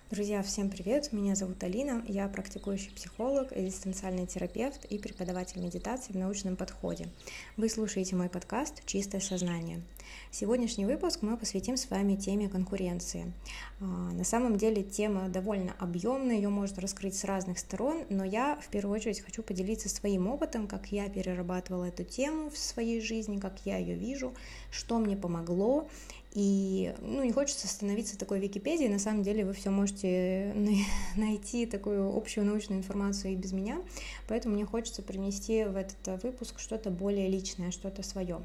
Друзья, всем привет! Меня зовут Алина, я практикующий психолог, экзистенциальный терапевт и преподаватель медитации в научном подходе. Вы слушаете мой подкаст «Чистое сознание». Сегодняшний выпуск мы посвятим с вами теме конкуренции. На самом деле тема довольно объемная, ее можно раскрыть с разных сторон, но я в первую очередь хочу поделиться своим опытом, как я перерабатывала эту тему в своей жизни, как я ее вижу, что мне помогло. И не хочется становиться такой Википедией, на самом деле вы все можете найти такую общую научную информацию и без меня, поэтому мне хочется принести в этот выпуск что-то более личное, что-то свое.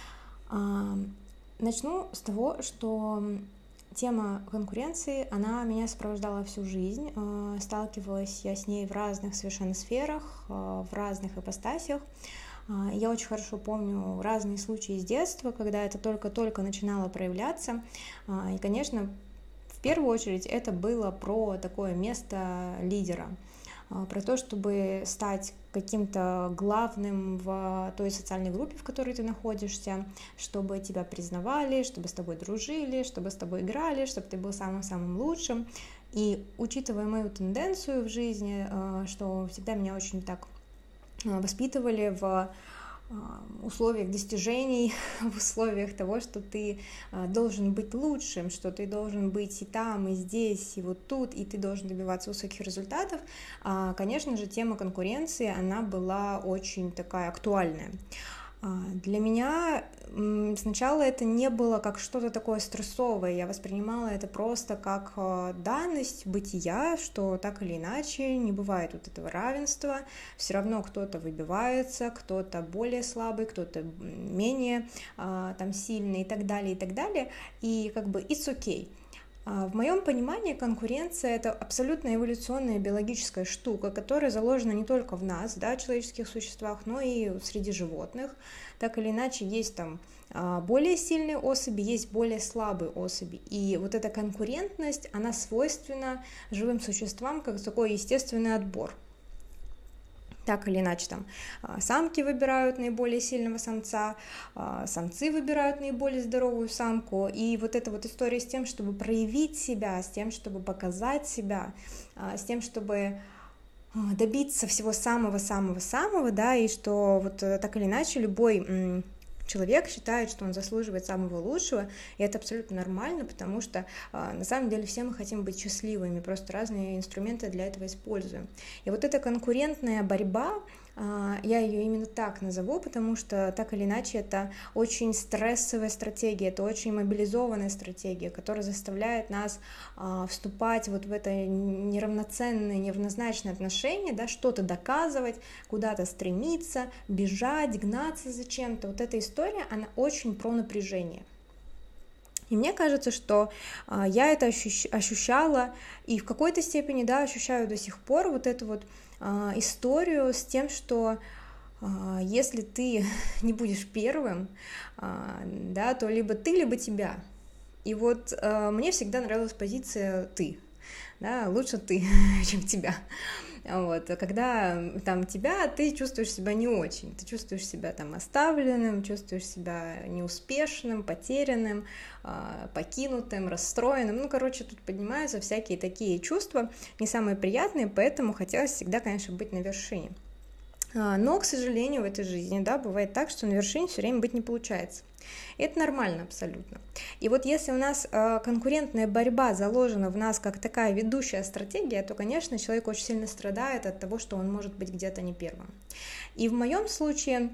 Начну с того, что тема конкуренции, она меня сопровождала всю жизнь, сталкивалась я с ней в разных совершенно сферах, в разных ипостасях. Я очень хорошо помню разные случаи из детства, когда это только-только начинало проявляться. И, конечно, в первую очередь это было про такое место лидера, про то, чтобы стать каким-то главным в той социальной группе, в которой ты находишься, чтобы тебя признавали, чтобы с тобой дружили, чтобы с тобой играли, чтобы ты был самым-самым лучшим. И учитывая мою тенденцию в жизни, что всегда меня очень так воспитывали в условиях достижений, в условиях того, что ты должен быть лучшим, что ты должен быть и там, и здесь, и вот тут, и ты должен добиваться высоких результатов. Конечно же, тема конкуренции, она была очень такая актуальная. Для меня сначала это не было как что-то такое стрессовое, я воспринимала это просто как данность бытия, что так или иначе не бывает вот этого равенства, все равно кто-то выбивается, кто-то более слабый, кто-то менее там сильный и так далее, и как бы it's okay. В моем понимании конкуренция — это абсолютно эволюционная биологическая штука, которая заложена не только в нас, человеческих существах, но и среди животных. Так или иначе, есть там более сильные особи, есть более слабые особи. И вот эта конкурентность, она свойственна живым существам как такой естественный отбор. Так или иначе, там самки выбирают наиболее сильного самца, самцы выбирают наиболее здоровую самку, и вот эта вот история с тем, чтобы проявить себя, с тем, чтобы показать себя, с тем, чтобы добиться всего самого-самого-самого, и что вот так или иначе любой человек считает, что он заслуживает самого лучшего, и это абсолютно нормально, потому что на самом деле все мы хотим быть счастливыми, просто разные инструменты для этого используем. И вот эта конкурентная борьба, я ее именно так назову, потому что так или иначе это очень стрессовая стратегия, это очень мобилизованная стратегия, которая заставляет нас вступать вот в это неравноценное, неравнозначное отношение, что-то доказывать, куда-то стремиться, бежать, гнаться за чем-то. Вот эта история, она очень про напряжение. И мне кажется, что я это ощущала и в какой-то степени, ощущаю до сих пор вот эту вот историю с тем, что если ты не будешь первым, то либо ты, либо тебя. И вот мне всегда нравилась позиция «ты». Лучше ты, чем тебя. Вот. Когда там тебя, ты чувствуешь себя не очень, ты чувствуешь себя там оставленным, чувствуешь себя неуспешным, потерянным, покинутым, расстроенным. Тут поднимаются всякие такие чувства, не самые приятные, поэтому хотелось всегда, конечно, быть на вершине. Но, к сожалению, в этой жизни, бывает так, что на вершине все время быть не получается. И это нормально абсолютно. И вот если у нас конкурентная борьба заложена в нас как такая ведущая стратегия, то, конечно, человек очень сильно страдает от того, что он может быть где-то не первым. И в моем случае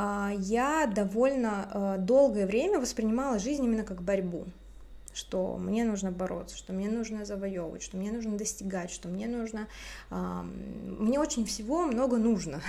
я довольно долгое время воспринимала жизнь именно как борьбу, что мне нужно бороться, что мне нужно завоевывать, что мне нужно достигать, что мне нужно... Мне очень всего много нужно.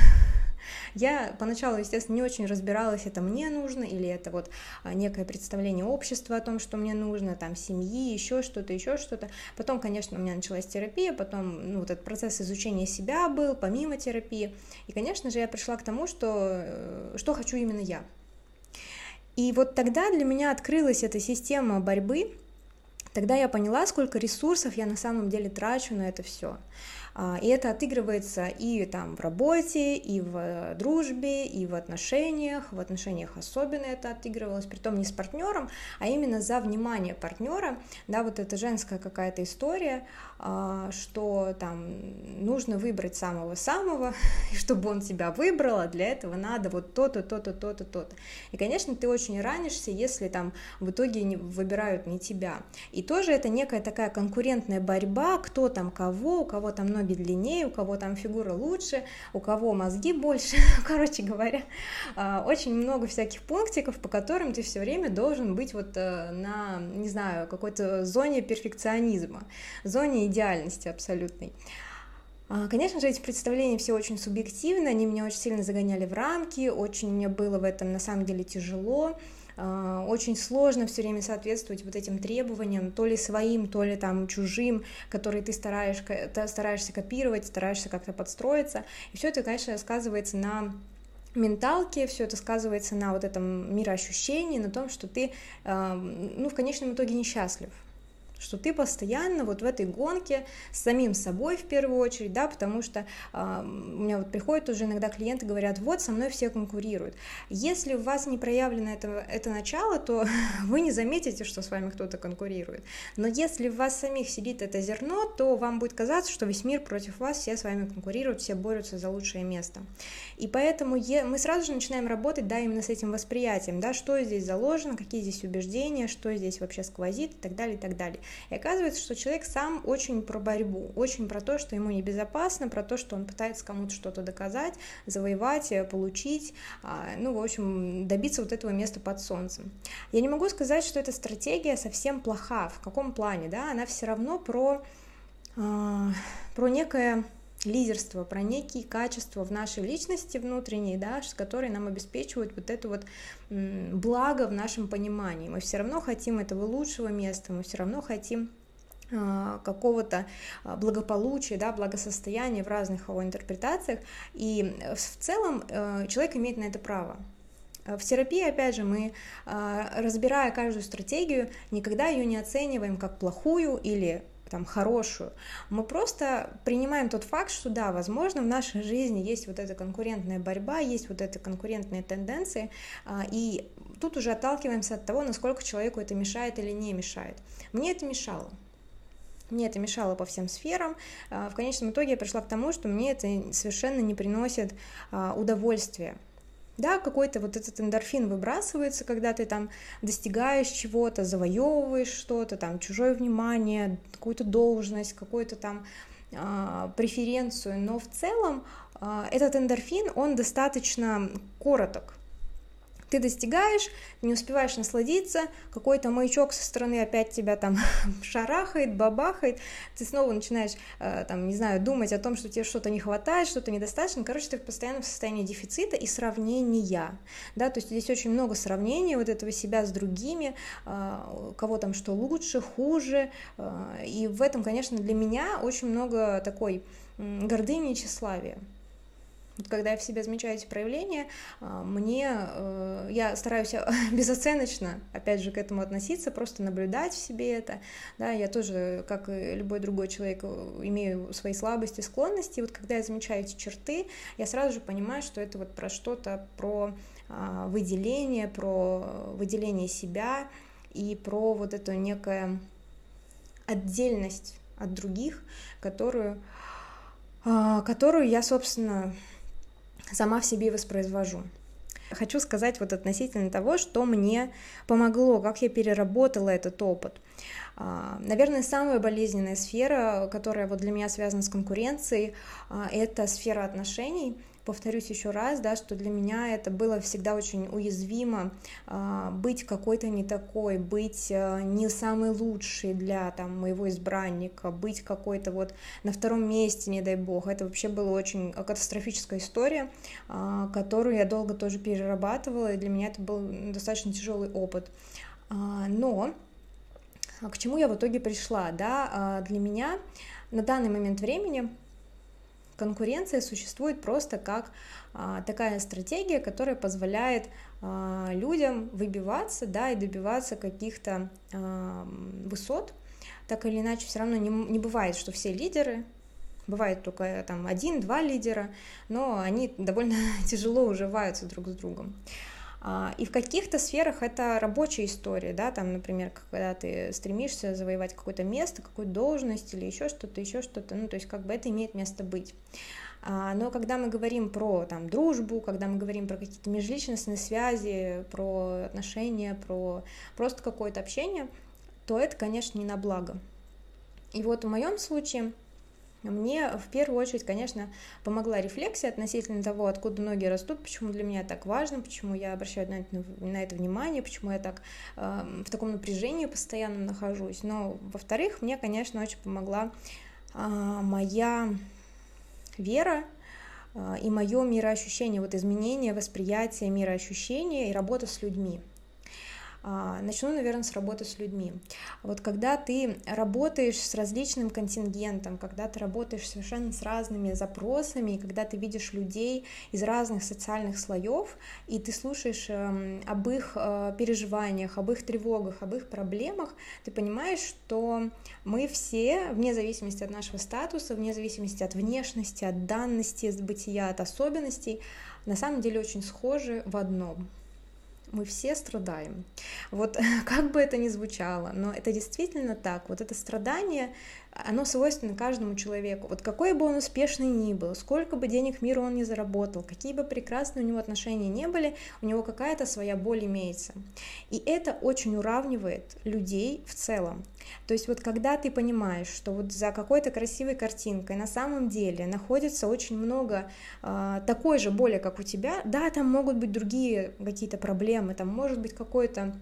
Я поначалу, естественно, не очень разбиралась, это мне нужно, или это вот некое представление общества о том, что мне нужно, там, семьи, еще что-то. Потом, конечно, у меня началась терапия, потом, этот процесс изучения себя был, помимо терапии. И, конечно же, я пришла к тому, что хочу именно я. И вот тогда для меня открылась эта система борьбы, Тогда я поняла, сколько ресурсов я на самом деле трачу на это все. И это отыгрывается и там в работе, и в дружбе, и в отношениях. В отношениях особенно это отыгрывалось, притом не с партнером, а именно за внимание партнера. Да, вот это женская какая-то история, что там нужно выбрать самого-самого, и чтобы он тебя выбрал, а для этого надо вот то-то, то-то, то-то, то-то. И, конечно, ты очень ранишься, если там в итоге выбирают не тебя. И тоже это некая такая конкурентная борьба, кто там кого, у кого там ноги длиннее, у кого там фигура лучше, у кого мозги больше, короче говоря, очень много всяких пунктиков, по которым ты все время должен быть вот на, не знаю, какой-то зоне перфекционизма, зоне идеальности абсолютной. Конечно же, эти представления все очень субъективны, они меня очень сильно загоняли в рамки, очень мне было в этом на самом деле тяжело, очень сложно все время соответствовать вот этим требованиям, то ли своим, то ли там чужим, которые ты стараешься копировать, стараешься как-то подстроиться, и все это, конечно, сказывается на менталке, все это сказывается на вот этом мироощущении, на том, что ты, в конечном итоге несчастлив, что ты постоянно вот в этой гонке с самим собой в первую очередь, да, потому что у меня вот приходят уже иногда клиенты, говорят, вот со мной все конкурируют. Если у вас не проявлено это начало, то вы не заметите, что с вами кто-то конкурирует. Но если в вас самих сидит это зерно, то вам будет казаться, что весь мир против вас, все с вами конкурируют, все борются за лучшее место. И поэтому мы сразу же начинаем работать, да, именно с этим восприятием, да, что здесь заложено, какие здесь убеждения, что здесь вообще сквозит и так далее, и так далее. И оказывается, что человек сам очень про борьбу, очень про то, что ему небезопасно, про то, что он пытается кому-то что-то доказать, завоевать, получить, в общем, добиться вот этого места под солнцем. Я не могу сказать, что эта стратегия совсем плоха. В каком плане, да? Она все равно про некое лидерство, про некие качества в нашей личности внутренней, да, которые нам обеспечивают вот это вот благо в нашем понимании. Мы все равно хотим этого лучшего места, мы все равно хотим какого-то благополучия, да, благосостояния в разных его интерпретациях, и в целом человек имеет на это право. В терапии, опять же, мы, разбирая каждую стратегию, никогда ее не оцениваем как плохую или там, хорошую. Мы просто принимаем тот факт, что да, возможно, в нашей жизни есть вот эта конкурентная борьба, есть вот эти конкурентные тенденции, и тут уже отталкиваемся от того, насколько человеку это мешает или не мешает. Мне это мешало. Мне это мешало по всем сферам. В конечном итоге я пришла к тому, что мне это совершенно не приносит удовольствия. Да, какой-то вот этот эндорфин выбрасывается, когда ты там достигаешь чего-то, завоевываешь что-то, там, чужое внимание, какую-то должность, какую-то там преференцию, но в целом этот эндорфин, он достаточно короток. Ты достигаешь, не успеваешь насладиться, какой-то маячок со стороны опять тебя там шарахает, бабахает, ты снова начинаешь, там, не знаю, думать о том, что тебе что-то не хватает, что-то недостаточно, короче, ты постоянно в состоянии дефицита и сравнения, да, то есть здесь очень много сравнений вот этого себя с другими, кого там что лучше, хуже, и в этом, конечно, для меня очень много такой гордыни и тщеславия. Когда я в себе замечаю эти проявления, я стараюсь безоценочно, опять же, к этому относиться, просто наблюдать в себе это. Да, я тоже, как и любой другой человек, имею свои слабости, склонности. И вот когда я замечаю эти черты, я сразу же понимаю, что это вот про что-то, про выделение себя и про вот эту некую отдельность от других, которую я, собственно, сама в себе воспроизвожу. Хочу сказать вот относительно того, что мне помогло, как я переработала этот опыт. Наверное, самая болезненная сфера, которая вот для меня связана с конкуренцией, это сфера отношений. Повторюсь еще раз, да, что для меня это было всегда очень уязвимо, быть какой-то не такой, быть не самой лучшей для там, моего избранника, быть какой-то вот на втором месте, не дай бог. Это вообще была очень катастрофическая история, которую я долго тоже перерабатывала, и для меня это был достаточно тяжелый опыт. Но к чему я в итоге пришла? Да? Для меня на данный момент времени Конкуренция существует просто как такая стратегия, которая позволяет людям выбиваться, да, и добиваться каких-то высот. Так или иначе, все равно не бывает, что все лидеры, бывает только там 1-2 лидера, но они довольно тяжело уживаются друг с другом. И в каких-то сферах это рабочая история, да, там, например, когда ты стремишься завоевать какое-то место, какую-то должность или еще что-то, ну, то есть как бы это имеет место быть. Но когда мы говорим про там дружбу, когда мы говорим про какие-то межличностные связи, про отношения, про просто какое-то общение, то это, конечно, не на благо. И вот в моем случае мне в первую очередь, конечно, помогла рефлексия относительно того, откуда ноги растут, почему для меня так важно, почему я обращаю на это внимание, почему я так в таком напряжении постоянно нахожусь. Но, во-вторых, мне, конечно, очень помогла моя вера и мое мироощущение, вот изменение восприятия мироощущения и работа с людьми. Начну, наверное, с работы с людьми. Вот когда ты работаешь с различным контингентом, когда ты работаешь совершенно с разными запросами, и когда ты видишь людей из разных социальных слоев, и ты слушаешь об их переживаниях, об их тревогах, об их проблемах, ты понимаешь, что мы все, вне зависимости от нашего статуса, вне зависимости от внешности, от данности, от бытия, от особенностей, на самом деле очень схожи в одном. Мы все страдаем. Вот как бы это ни звучало, но это действительно так. Вот это страдание, оно свойственно каждому человеку. Вот какой бы он успешный ни был, сколько бы денег миру он ни заработал, какие бы прекрасные у него отношения не были, у него какая-то своя боль имеется. И это очень уравнивает людей в целом. То есть вот когда ты понимаешь, что вот за какой-то красивой картинкой на самом деле находится очень много такой же боли, как у тебя, да, там могут быть другие какие-то проблемы, там может быть какая-то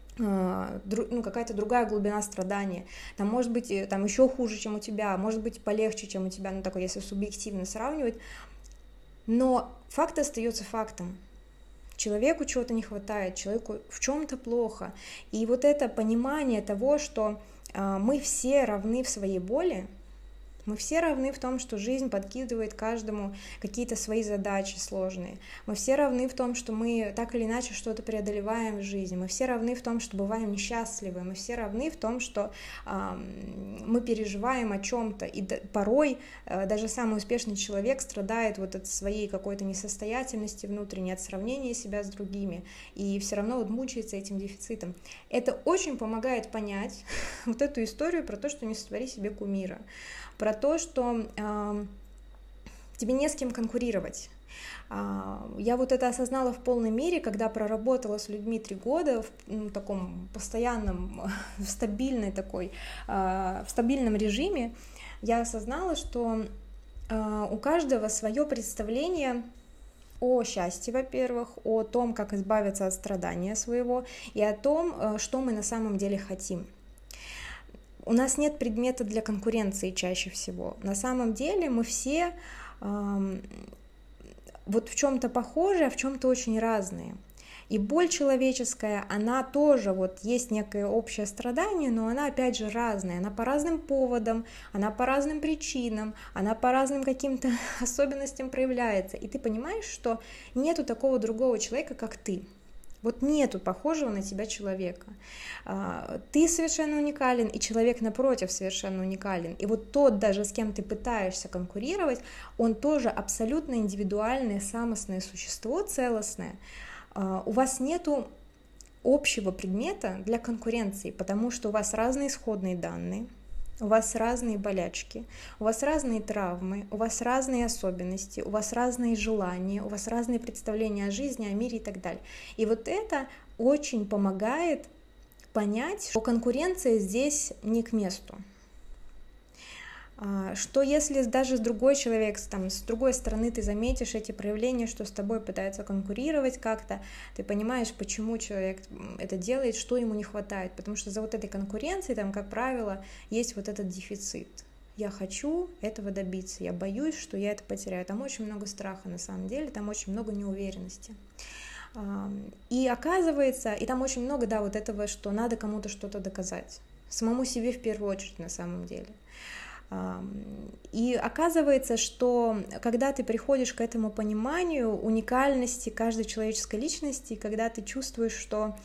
другая глубина страдания, там может быть там еще хуже, чем у тебя, может быть полегче, чем у тебя, ну такой, если субъективно сравнивать, но факт остается фактом. Человеку чего-то не хватает, человеку в чем-то плохо, и вот это понимание того, что мы все равны в своей боли, мы все равны в том, что жизнь подкидывает каждому какие-то свои задачи сложные. Мы все равны в том, что мы так или иначе что-то преодолеваем в жизни. Мы все равны в том, что бываем несчастливы. Мы все равны в том, что мы переживаем о чем-то. И порой даже самый успешный человек страдает вот от своей какой-то несостоятельности внутренней, от сравнения себя с другими. И все равно вот мучается этим дефицитом. Это очень помогает понять вот эту историю про то, что не сотвори себе кумира. Про то, что тебе не с кем конкурировать. Я вот это осознала в полной мере, когда проработала с людьми 3 года в таком постоянном, в стабильном режиме. Я осознала, что у каждого свое представление о счастье, во-первых, о том, как избавиться от страдания своего, и о том, что мы на самом деле хотим. У нас нет предмета для конкуренции чаще всего. На самом деле мы все вот в чем-то похожи, а в чем-то очень разные. И боль человеческая, она тоже, вот есть некое общее страдание, но она опять же разная, она по разным поводам, она по разным причинам, она по разным каким-то особенностям проявляется. И ты понимаешь, что нету такого другого человека, как ты. Вот нету похожего на тебя человека. Ты совершенно уникален, и человек напротив совершенно уникален. И вот тот, даже с кем ты пытаешься конкурировать, он тоже абсолютно индивидуальное, самостное существо, целостное. У вас нету общего предмета для конкуренции, потому что у вас разные исходные данные, у вас разные болячки, у вас разные травмы, у вас разные особенности, у вас разные желания, у вас разные представления о жизни, о мире и так далее. И вот это очень помогает понять, что конкуренция здесь не к месту. Что если даже другой человек, там, с другой стороны ты заметишь эти проявления, что с тобой пытается конкурировать как-то, ты понимаешь, почему человек это делает, что ему не хватает, потому что за вот этой конкуренцией, там, как правило, есть вот этот дефицит. Я хочу этого добиться, я боюсь, что я это потеряю. Там очень много страха на самом деле, там очень много неуверенности. И оказывается, и там очень много, да, вот этого, что надо кому-то что-то доказать. Самому себе в первую очередь на самом деле. И оказывается, что когда ты приходишь к этому пониманию уникальности каждой человеческой личности, когда ты чувствуешь, что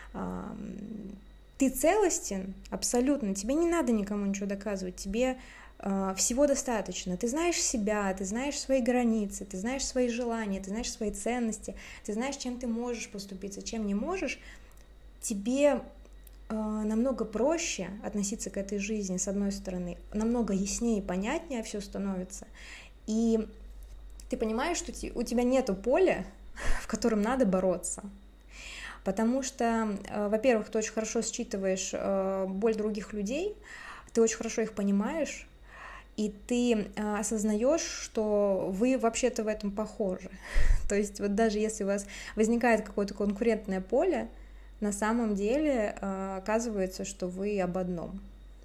ты целостен абсолютно, тебе не надо никому ничего доказывать, тебе всего достаточно. Ты знаешь себя, ты знаешь свои границы, ты знаешь свои желания, ты знаешь свои ценности, ты знаешь, чем ты можешь поступиться, чем не можешь. Тебе намного проще относиться к этой жизни, с одной стороны, намного яснее и понятнее все становится. И ты понимаешь, что у тебя нету поля, в котором надо бороться. Потому что, во-первых, ты очень хорошо считываешь боль других людей, ты очень хорошо их понимаешь, и ты осознаешь, что вы вообще-то в этом похожи. То есть вот даже если у вас возникает какое-то конкурентное поле, на самом деле оказывается, что вы об одном.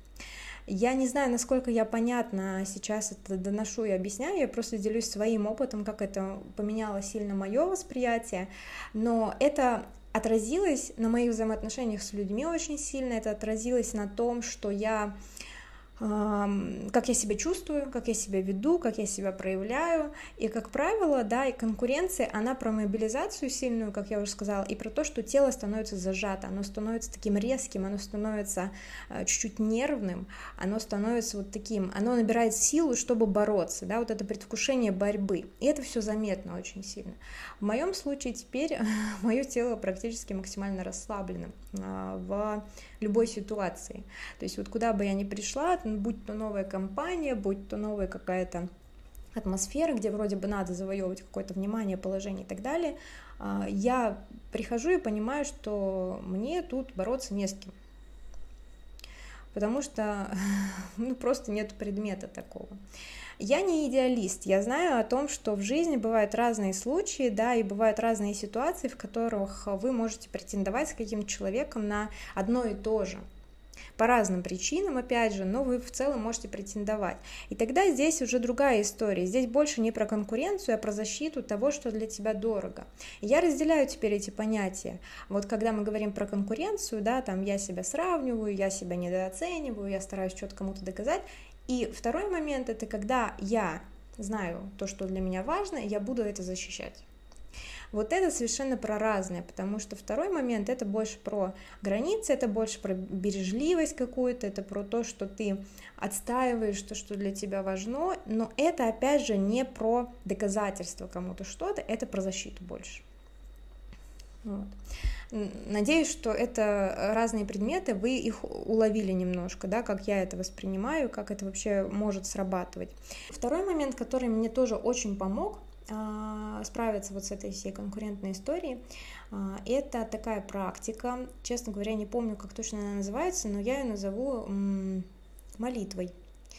Я не знаю, насколько я понятно сейчас это доношу и объясняю, я просто делюсь своим опытом, как это поменяло сильно мое восприятие, но это отразилось на моих взаимоотношениях с людьми очень сильно, это отразилось на том, что как я себя чувствую, как я себя веду, как я себя проявляю, и, как правило, да, и конкуренция, она про мобилизацию сильную, как я уже сказала, и про то, что тело становится зажато, оно становится таким резким, оно становится чуть-чуть нервным, оно становится вот таким, оно набирает силу, чтобы бороться, да, вот это предвкушение борьбы, и это все заметно очень сильно. В моем случае теперь мое тело практически максимально расслаблено в любой ситуации, то есть вот куда бы я ни пришла, будь то новая компания, будь то новая какая-то атмосфера, где вроде бы надо завоевывать какое-то внимание, положение и так далее, я прихожу и понимаю, что мне тут бороться не с кем, потому что просто нет предмета такого. Я не идеалист, я знаю о том, что в жизни бывают разные случаи, да, и бывают разные ситуации, в которых вы можете претендовать с каким-то человеком на одно и то же. По разным причинам, опять же, но вы в целом можете претендовать. И тогда здесь уже другая история. Здесь больше не про конкуренцию, а про защиту того, что для тебя дорого. И я разделяю теперь эти понятия. Вот когда мы говорим про конкуренцию, да, там я себя сравниваю, я себя недооцениваю, я стараюсь что-то кому-то доказать. И второй момент — это когда я знаю то, что для меня важно, и я буду это защищать. Вот это совершенно про разное, потому что второй момент — это больше про границы, это больше про бережливость какую-то, это про то, что ты отстаиваешь то, что для тебя важно, но это, опять же, не про доказательство кому-то что-то, это про защиту больше. Вот. Надеюсь, что это разные предметы, вы их уловили немножко, да, как я это воспринимаю, как это вообще может срабатывать. Второй момент, который мне тоже очень помог справиться вот с этой всей конкурентной историей, это такая практика, честно говоря, не помню, как точно она называется, но я ее назову молитвой.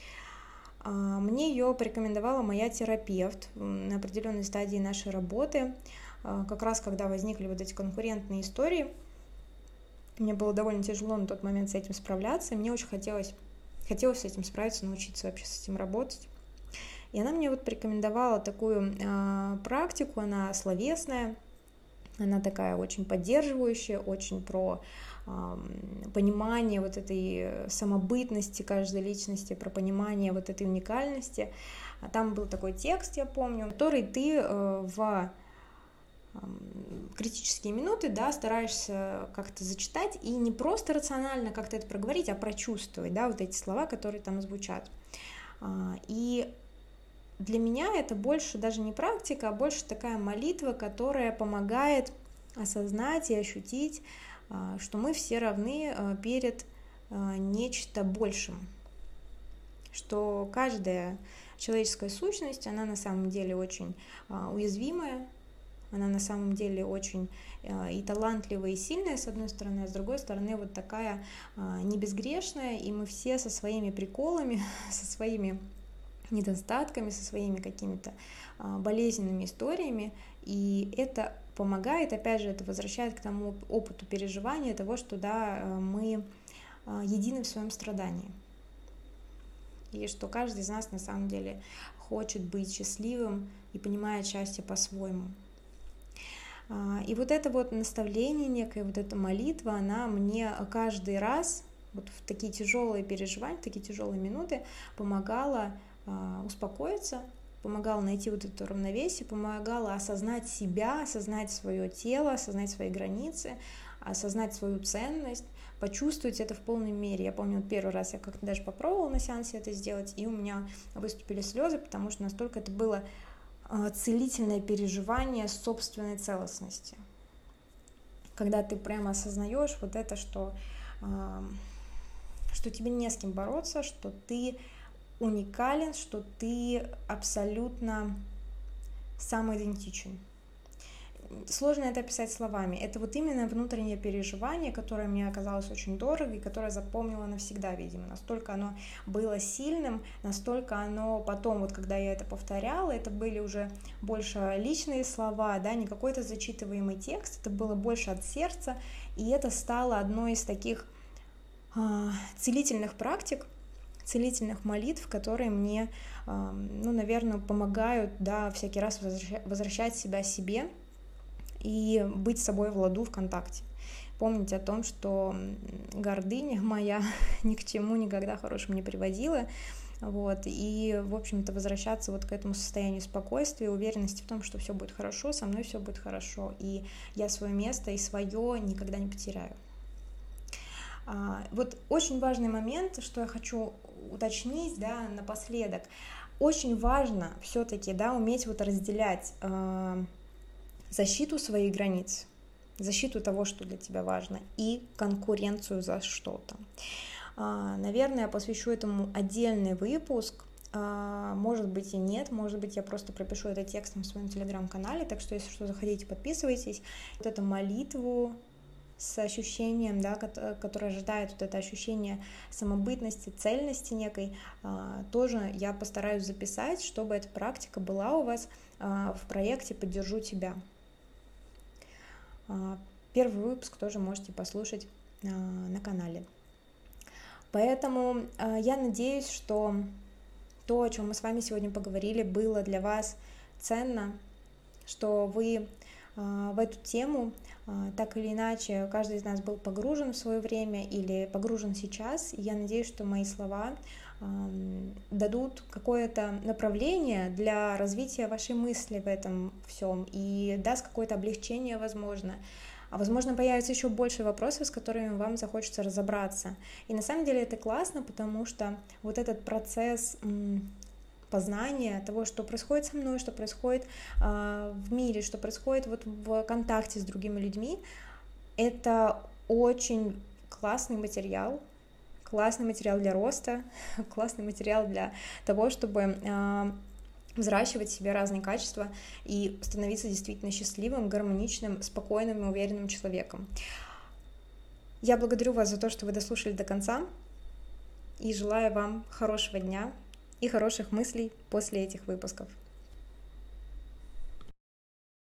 Мне ее порекомендовала моя терапевт на определенной стадии нашей работы, как раз когда возникли вот эти конкурентные истории. Мне было довольно тяжело на тот момент с этим справляться, и мне очень хотелось с этим справиться, научиться вообще с этим работать. И она мне вот порекомендовала такую практику, она словесная, она такая очень поддерживающая, очень про понимание вот этой самобытности каждой личности, про понимание вот этой уникальности. Там был такой текст, я помню, который ты в критические минуты, да, стараешься как-то зачитать и не просто рационально как-то это проговорить, а прочувствовать, да, вот эти слова, которые там звучат. И для меня это больше даже не практика, а больше такая молитва, которая помогает осознать и ощутить, что мы все равны перед нечто большим, что каждая человеческая сущность, она на самом деле очень уязвимая, она на самом деле очень и талантливая, и сильная, с одной стороны, а с другой стороны вот такая не безгрешная, и мы все со своими приколами, со своими недостатками, со своими какими-то болезненными историями, и это помогает, опять же, это возвращает к тому опыту переживания того, что да, мы едины в своем страдании, и что каждый из нас на самом деле хочет быть счастливым и понимает счастье по-своему. И вот это вот наставление некое, вот эта молитва, она мне каждый раз вот в такие тяжелые переживания, в такие тяжелые минуты помогала успокоиться, помогала найти вот это равновесие, помогала осознать себя, осознать свое тело, осознать свои границы, осознать свою ценность, почувствовать это в полной мере. Я помню, вот первый раз я как-то даже попробовала на сеансе это сделать, и у меня выступили слезы, потому что настолько это было целительное переживание собственной целостности. Когда ты прямо осознаешь вот это, что тебе не с кем бороться, что ты уникален, что ты абсолютно самоидентичен. Сложно это описать словами. Это вот именно внутреннее переживание, которое мне оказалось очень дорого и которое запомнила навсегда, видимо. Настолько оно было сильным, настолько оно потом, вот когда я это повторяла, это были уже больше личные слова, да, не какой-то зачитываемый текст, это было больше от сердца, и это стало одной из таких целительных практик, целительных молитв, которые мне, наверное, помогают, да, всякий раз возвращать себя себе и быть собой в ладу в контакте. Помнить о том, что гордыня моя ни к чему никогда хорошему не приводила, вот, и, в общем-то, возвращаться вот к этому состоянию спокойствия, уверенности в том, что все будет хорошо, со мной все будет хорошо, и я свое место и свое никогда не потеряю. Вот очень важный момент, что я хочу уточнить, да, напоследок. Очень важно все-таки, да, уметь вот разделять защиту своих границ, защиту того, что для тебя важно, и конкуренцию за что-то. Наверное, я посвящу этому отдельный выпуск, может быть и нет, может быть я просто пропишу это текстом в своем телеграм-канале, так что если что, заходите, подписывайтесь. Вот эту молитву с ощущением, да, которое ожидает вот это ощущение самобытности, цельности некой, тоже я постараюсь записать, чтобы эта практика была у вас в проекте «Поддержу тебя». Первый выпуск тоже можете послушать на канале. Поэтому я надеюсь, что то, о чем мы с вами сегодня поговорили, было для вас ценно, что вы в эту тему так или иначе каждый из нас был погружен в свое время или погружен сейчас. И я надеюсь, что мои слова дадут какое-то направление для развития вашей мысли в этом всем и даст какое-то облегчение, возможно. А возможно, появится еще больше вопросов, с которыми вам захочется разобраться. И на самом деле это классно, потому что вот этот процесс познания того, что происходит со мной, что происходит в мире, что происходит вот в контакте с другими людьми, это очень классный материал для роста, классный материал для того, чтобы взращивать в себе разные качества и становиться действительно счастливым, гармоничным, спокойным и уверенным человеком. Я благодарю вас за то, что вы дослушали до конца, и желаю вам хорошего дня и хороших мыслей после этих выпусков.